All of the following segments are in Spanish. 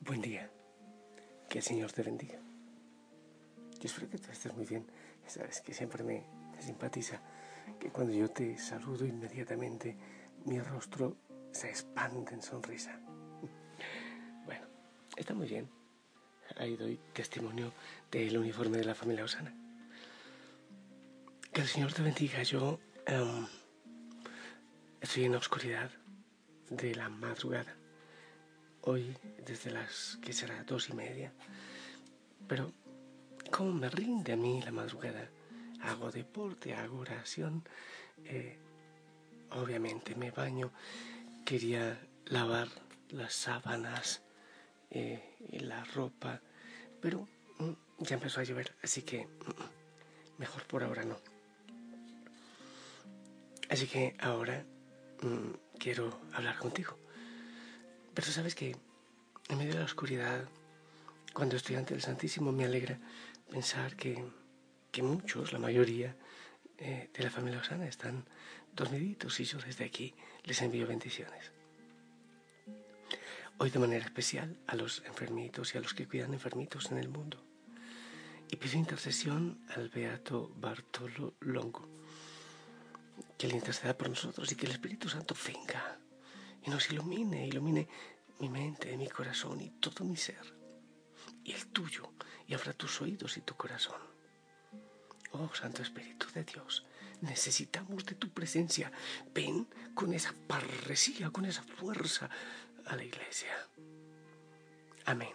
Buen día, que el Señor te bendiga. Yo espero que tú estés muy bien. Sabes que siempre me simpatiza que cuando yo te saludo inmediatamente mi rostro se expande en sonrisa. Bueno, está muy bien. Ahí doy testimonio del uniforme de la familia Osana. Que el Señor te bendiga. Yo estoy en la oscuridad de la madrugada. Hoy desde las, ¿qué será? 2:30. Pero cómo me rinde a mí la madrugada. Hago deporte, hago oración, obviamente me baño. Quería lavar las sábanas y la ropa, pero ya empezó a llover, así que mejor por ahora no. Así que ahora quiero hablar contigo. Pero sabes que en medio de la oscuridad, cuando estoy ante el Santísimo, me alegra pensar que muchos, la mayoría de la familia Osana, están dormiditos y yo desde aquí les envío bendiciones. Hoy de manera especial a los enfermitos y a los que cuidan enfermitos en el mundo. Y pido intercesión al beato Bartolo Longo, que le interceda por nosotros y que el Espíritu Santo venga y nos ilumine mi mente, mi corazón y todo mi ser, y el tuyo, y abra tus oídos y tu corazón. Oh Santo Espíritu de Dios, necesitamos de tu presencia. Ven con esa parresía, con esa fuerza a la iglesia. Amén.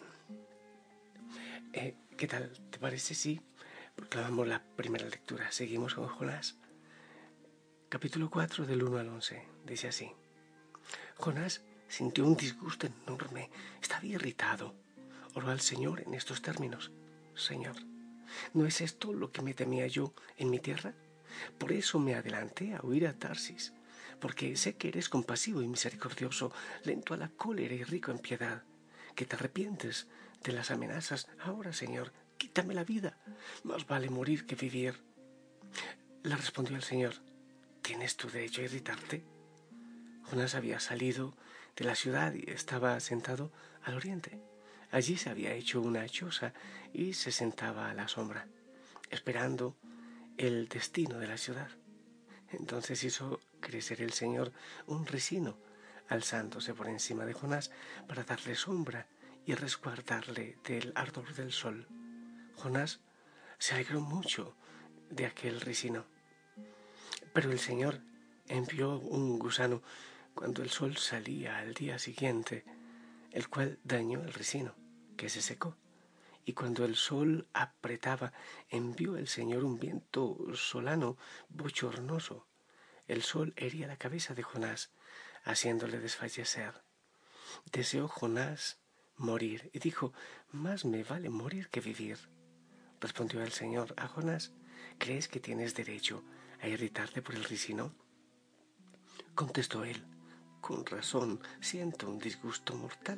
¿Qué tal? ¿Te parece? Sí. Proclamamos la primera lectura. Seguimos con Jonás. Capítulo 4 del 1 al 11. Dice así. Jonás sintió un disgusto enorme. Estaba irritado. Oró al Señor en estos términos. Señor, ¿no es esto lo que me temía yo en mi tierra? Por eso me adelanté a huir a Tarsis, porque sé que eres compasivo y misericordioso, lento a la cólera y rico en piedad, que te arrepientes de las amenazas. Ahora, Señor, quítame la vida, más vale morir que vivir. Le respondió el Señor, ¿tienes tu derecho a irritarte? Jonás había salido de la ciudad y estaba sentado al oriente. Allí se había hecho una choza y se sentaba a la sombra, esperando el destino de la ciudad. Entonces hizo crecer el Señor un ricino, alzándose por encima de Jonás para darle sombra y resguardarle del ardor del sol. Jonás se alegró mucho de aquel ricino. Pero el Señor envió un gusano cuando el sol salía al día siguiente, el cual dañó el ricino, que se secó. Y cuando el sol apretaba, envió el Señor un viento solano bochornoso. El sol hería la cabeza de Jonás, haciéndole desfallecer. Deseó Jonás morir y dijo, más me vale morir que vivir. Respondió el Señor a Jonás, ¿crees que tienes derecho a irritarte por el ricino? Contestó él, con razón siento un disgusto mortal.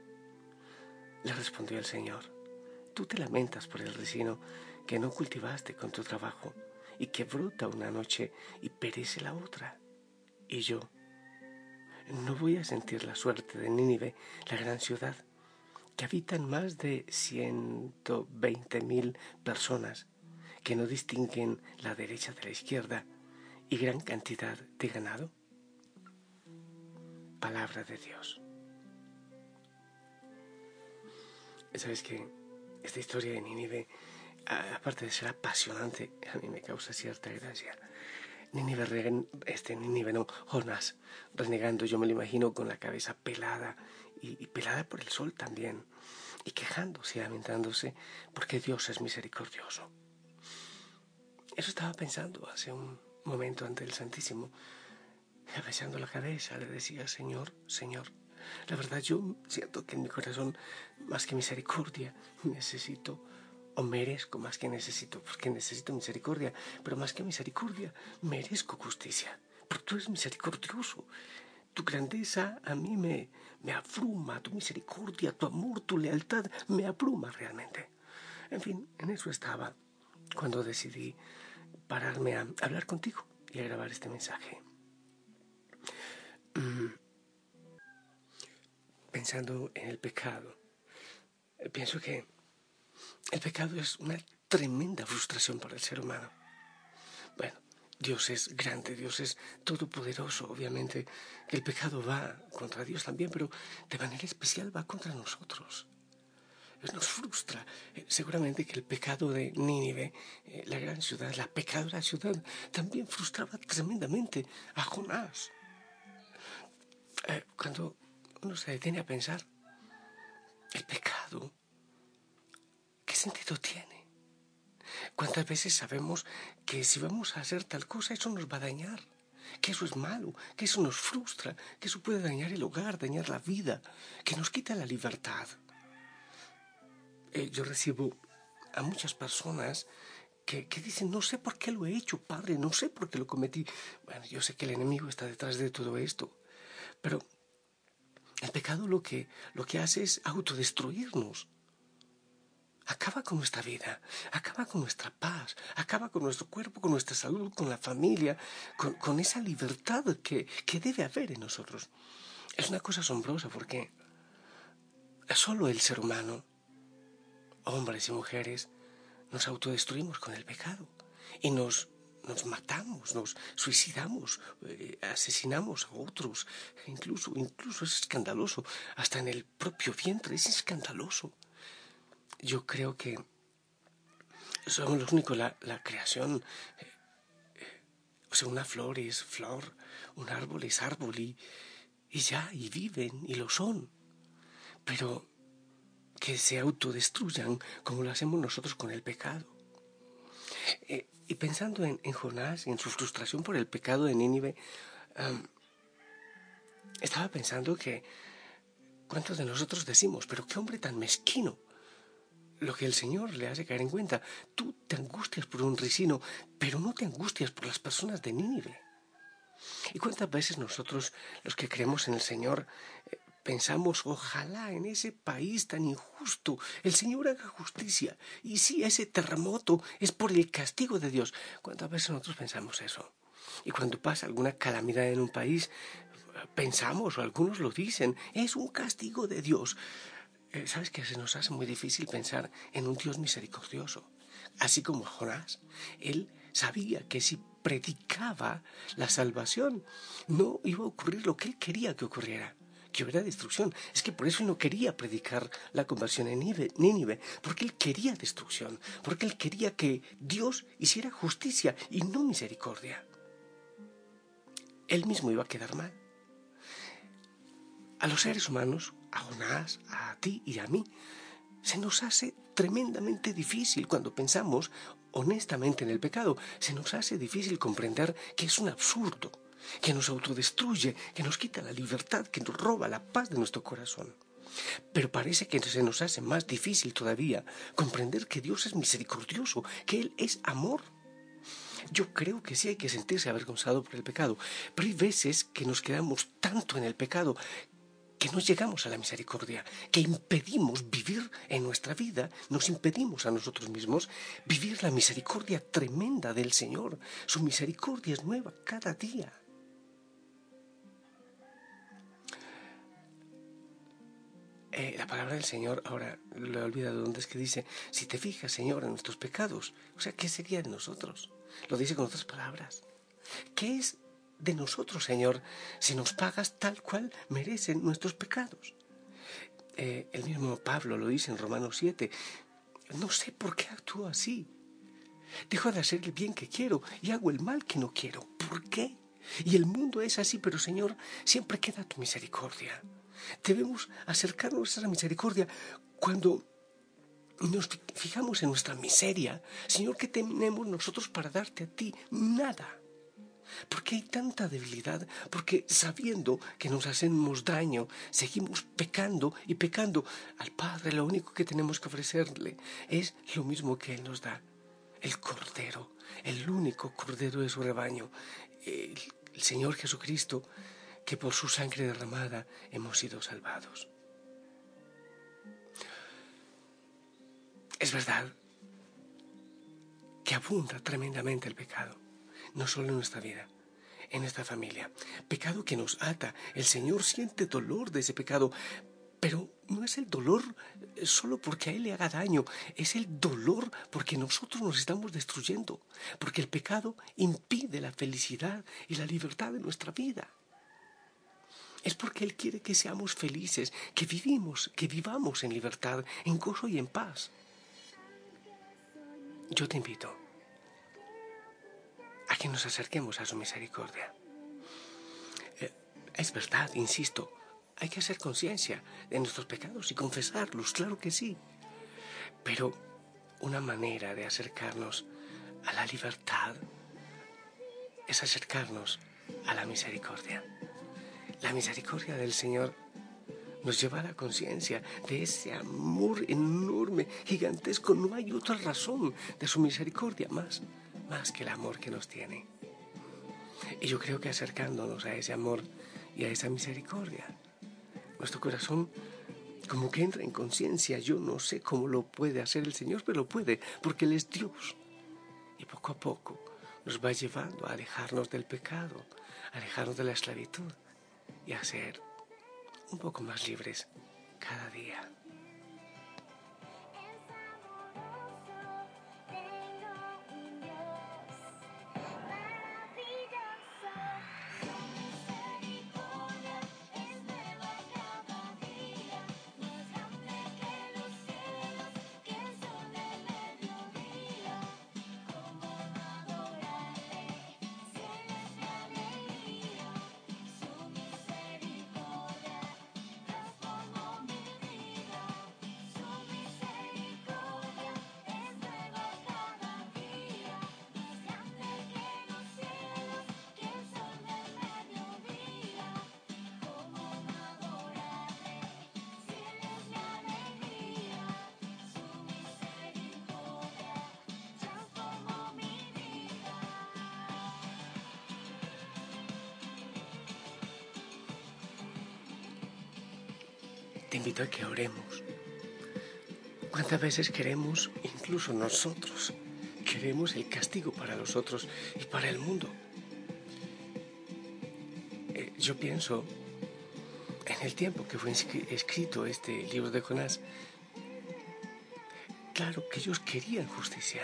Le respondió el Señor, tú te lamentas por el ricino que no cultivaste con tu trabajo y que brota una noche y perece la otra. Y yo, ¿no voy a sentir la suerte de Nínive, la gran ciudad, que habitan más de 120.000 personas, que no distinguen la derecha de la izquierda, y gran cantidad de ganado? Palabra de Dios. ¿Sabes qué? Esta historia de Nínive, aparte de ser apasionante, a mí me causa cierta gracia. Jonás, renegando, yo me lo imagino con la cabeza pelada, y pelada por el sol también, y quejándose y lamentándose, porque Dios es misericordioso. Eso estaba pensando hace un momento ante el Santísimo, agachando la cabeza, le decía, Señor, Señor, la verdad yo siento que en mi corazón, más que misericordia, necesito, o merezco más que necesito, porque necesito misericordia, pero más que misericordia, merezco justicia, porque tú eres misericordioso. Tu grandeza a mí me abruma, tu misericordia, tu amor, tu lealtad me abruma realmente. En fin, en eso estaba cuando decidí pararme a hablar contigo y a grabar este mensaje. Pensando en el pecado, pienso que el pecado es una tremenda frustración para el ser humano. Bueno, Dios es grande, Dios es todopoderoso, obviamente. El pecado va contra Dios también, pero de manera especial va contra nosotros. Nos frustra. Seguramente que el pecado de Nínive, la gran ciudad, la pecadora ciudad, también frustraba tremendamente a Jonás. Cuando uno se detiene a pensar, el pecado, ¿qué sentido tiene? ¿Cuántas veces sabemos que si vamos a hacer tal cosa, eso nos va a dañar? Que eso es malo, que eso nos frustra, que eso puede dañar el hogar, dañar la vida, que nos quita la libertad. Yo recibo a muchas personas que dicen, no sé por qué lo he hecho, padre, no sé por qué lo cometí. Bueno, yo sé que el enemigo está detrás de todo esto, pero el pecado lo que hace es autodestruirnos. Acaba con nuestra vida, acaba con nuestra paz, acaba con nuestro cuerpo, con nuestra salud, con la familia, con esa libertad que debe haber en nosotros. Es una cosa asombrosa porque solo el ser humano, hombres y mujeres, nos autodestruimos con el pecado y nos matamos, nos suicidamos, asesinamos a otros. Incluso es escandaloso, hasta en el propio vientre es escandaloso. Yo creo que somos los únicos, la creación, o sea, una flor es flor, un árbol es árbol y viven y lo son. Pero que se autodestruyan como lo hacemos nosotros con el pecado. Y pensando en Jonás, en su frustración por el pecado de Nínive, estaba pensando que cuántos de nosotros decimos, pero qué hombre tan mezquino. Lo que el Señor le hace caer en cuenta, tú te angustias por un ricino, pero no te angustias por las personas de Nínive. ¿Y cuántas veces nosotros, los que creemos en el Señor, pensamos, ojalá en ese país tan injusto el Señor haga justicia? Y si ese terremoto es por el castigo de Dios. ¿Cuántas veces nosotros pensamos eso? Y cuando pasa alguna calamidad en un país, pensamos, o algunos lo dicen, es un castigo de Dios. ¿Sabes que se nos hace muy difícil pensar en un Dios misericordioso? Así como Jonás, él sabía que si predicaba la salvación, no iba a ocurrir lo que él quería que ocurriera, que hubiera destrucción. Es que por eso él no quería predicar la conversión en Nínive, porque él quería destrucción, porque él quería que Dios hiciera justicia y no misericordia. Él mismo iba a quedar mal. A los seres humanos, a Jonás, a ti y a mí, se nos hace tremendamente difícil cuando pensamos honestamente en el pecado. Se nos hace difícil comprender que es un absurdo, que nos autodestruye, que nos quita la libertad, que nos roba la paz de nuestro corazón. Pero parece que se nos hace más difícil todavía comprender que Dios es misericordioso, que Él es amor. Yo creo que sí hay que sentirse avergonzado por el pecado, pero hay veces que nos quedamos tanto en el pecado que no llegamos a la misericordia, que impedimos vivir en nuestra vida, nos impedimos a nosotros mismos vivir la misericordia tremenda del Señor. Su misericordia es nueva cada día. La palabra del Señor, ahora lo he olvidado dónde es que dice, si te fijas, Señor, en nuestros pecados, o sea, ¿qué sería de nosotros? Lo dice con otras palabras. ¿Qué es de nosotros, Señor, si nos pagas tal cual merecen nuestros pecados? El mismo Pablo lo dice en Romanos 7. No sé por qué actúo así. Dejo de hacer el bien que quiero y hago el mal que no quiero. ¿Por qué? Y el mundo es así, pero Señor, siempre queda tu misericordia. Debemos acercarnos a la misericordia cuando nos fijamos en nuestra miseria. Señor, ¿qué tenemos nosotros para darte a ti? Nada. ¿Por qué hay tanta debilidad? Porque sabiendo que nos hacemos daño, seguimos pecando y pecando. Al Padre lo único que tenemos que ofrecerle es lo mismo que Él nos da. El Cordero, el único Cordero de su rebaño. El Señor Jesucristo, que por su sangre derramada hemos sido salvados. Es verdad que abunda tremendamente el pecado, no solo en nuestra vida, en esta familia. Pecado que nos ata. El Señor siente dolor de ese pecado, Pero no es el dolor solo porque a Él le haga daño, es el dolor porque nosotros nos estamos destruyendo, porque el pecado impide la felicidad y la libertad de nuestra vida. Es porque Él quiere que seamos felices, que vivamos en libertad, en gozo y en paz. Yo te invito a que nos acerquemos a su misericordia. Es verdad, insisto, hay que hacer conciencia de nuestros pecados y confesarlos, claro que sí. Pero una manera de acercarnos a la libertad es acercarnos a la misericordia. La misericordia del Señor nos lleva a la conciencia de ese amor enorme, gigantesco. No hay otra razón de su misericordia más que el amor que nos tiene. Y yo creo que acercándonos a ese amor y a esa misericordia, nuestro corazón como que entra en conciencia. Yo no sé cómo lo puede hacer el Señor, pero lo puede, porque Él es Dios. Y poco a poco nos va llevando a alejarnos del pecado, a alejarnos de la esclavitud y a ser un poco más libres cada día. Te invito a que oremos. ¿Cuántas veces queremos, incluso nosotros, queremos el castigo para los otros y para el mundo? Yo pienso en el tiempo que fue escrito este libro de Jonás. Claro que ellos querían justicia.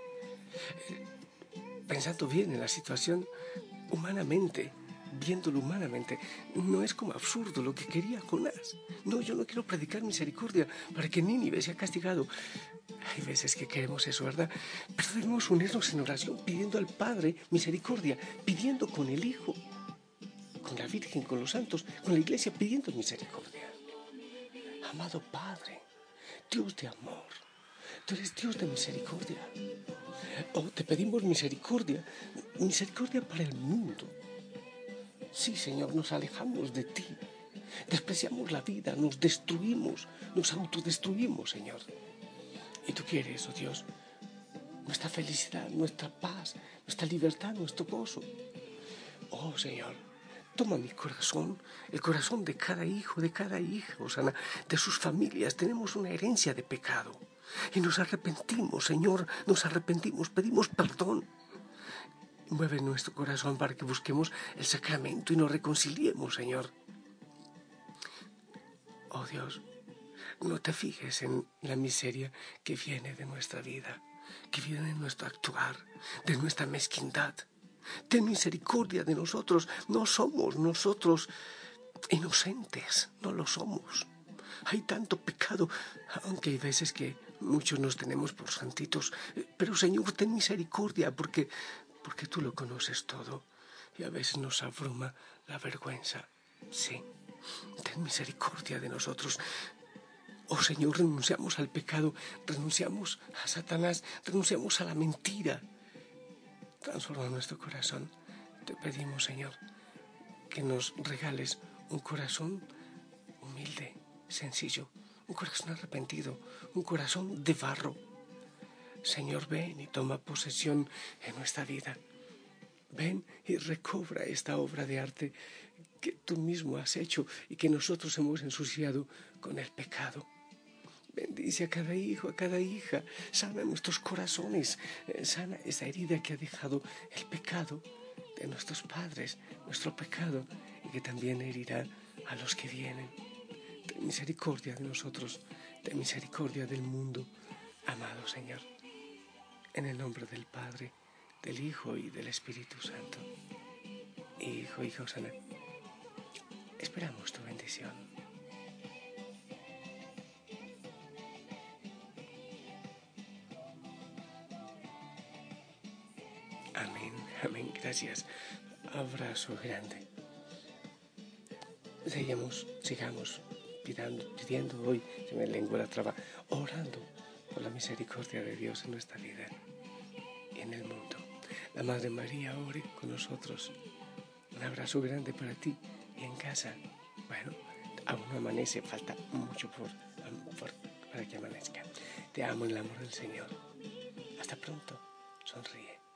Pensando bien en la situación humanamente, viéndolo humanamente, no es como absurdo lo que quería Jonás. No, yo no quiero predicar misericordia para que Nínive sea castigado. Hay veces que queremos eso, ¿verdad? Pero debemos unirnos en oración pidiendo al Padre misericordia, pidiendo con el Hijo, con la Virgen, con los santos, con la Iglesia, pidiendo misericordia. Amado Padre, Dios de amor, tú eres Dios de misericordia. Te pedimos misericordia para el mundo. Sí, Señor, nos alejamos de ti, despreciamos la vida, nos destruimos, nos autodestruimos, Señor. Y tú quieres, oh Dios, nuestra felicidad, nuestra paz, nuestra libertad, nuestro gozo. Oh Señor, toma mi corazón, el corazón de cada hijo, de cada hija, Osana, de sus familias. Tenemos una herencia de pecado y nos arrepentimos, Señor, nos arrepentimos, pedimos perdón. Mueve nuestro corazón para que busquemos el sacramento y nos reconciliemos, Señor. Oh Dios, no te fijes en la miseria que viene de nuestra vida, que viene de nuestro actuar, de nuestra mezquindad. Ten misericordia de nosotros. No somos nosotros inocentes, no lo somos. Hay tanto pecado, aunque hay veces que muchos nos tenemos por santitos. Pero Señor, ten misericordia porque tú lo conoces todo y a veces nos abruma la vergüenza. Sí, ten misericordia de nosotros. Oh Señor, renunciamos al pecado, renunciamos a Satanás, renunciamos a la mentira. Transforma nuestro corazón. Te pedimos, Señor, que nos regales un corazón humilde, sencillo, un corazón arrepentido, un corazón de barro. Señor, ven y toma posesión en nuestra vida. Ven y recobra esta obra de arte que tú mismo has hecho y que nosotros hemos ensuciado con el pecado. Bendice a cada hijo, a cada hija, sana nuestros corazones, sana esa herida que ha dejado el pecado de nuestros padres, nuestro pecado, y que también herirá a los que vienen. ten misericordia de nosotros, ten misericordia del mundo, amado Señor. En el nombre del Padre, del Hijo y del Espíritu Santo. Hijo y Hosanna, esperamos tu bendición. Amén, amén, gracias. Abrazo grande. Sigamos pidiendo hoy, se me lengua la traba, orando por la misericordia de Dios en nuestra vida y en el mundo. La Madre María ore con nosotros. Un abrazo grande para ti y en casa. Bueno, aún no amanece, falta mucho para que amanezca. Te amo en el amor del Señor. Hasta pronto. Sonríe.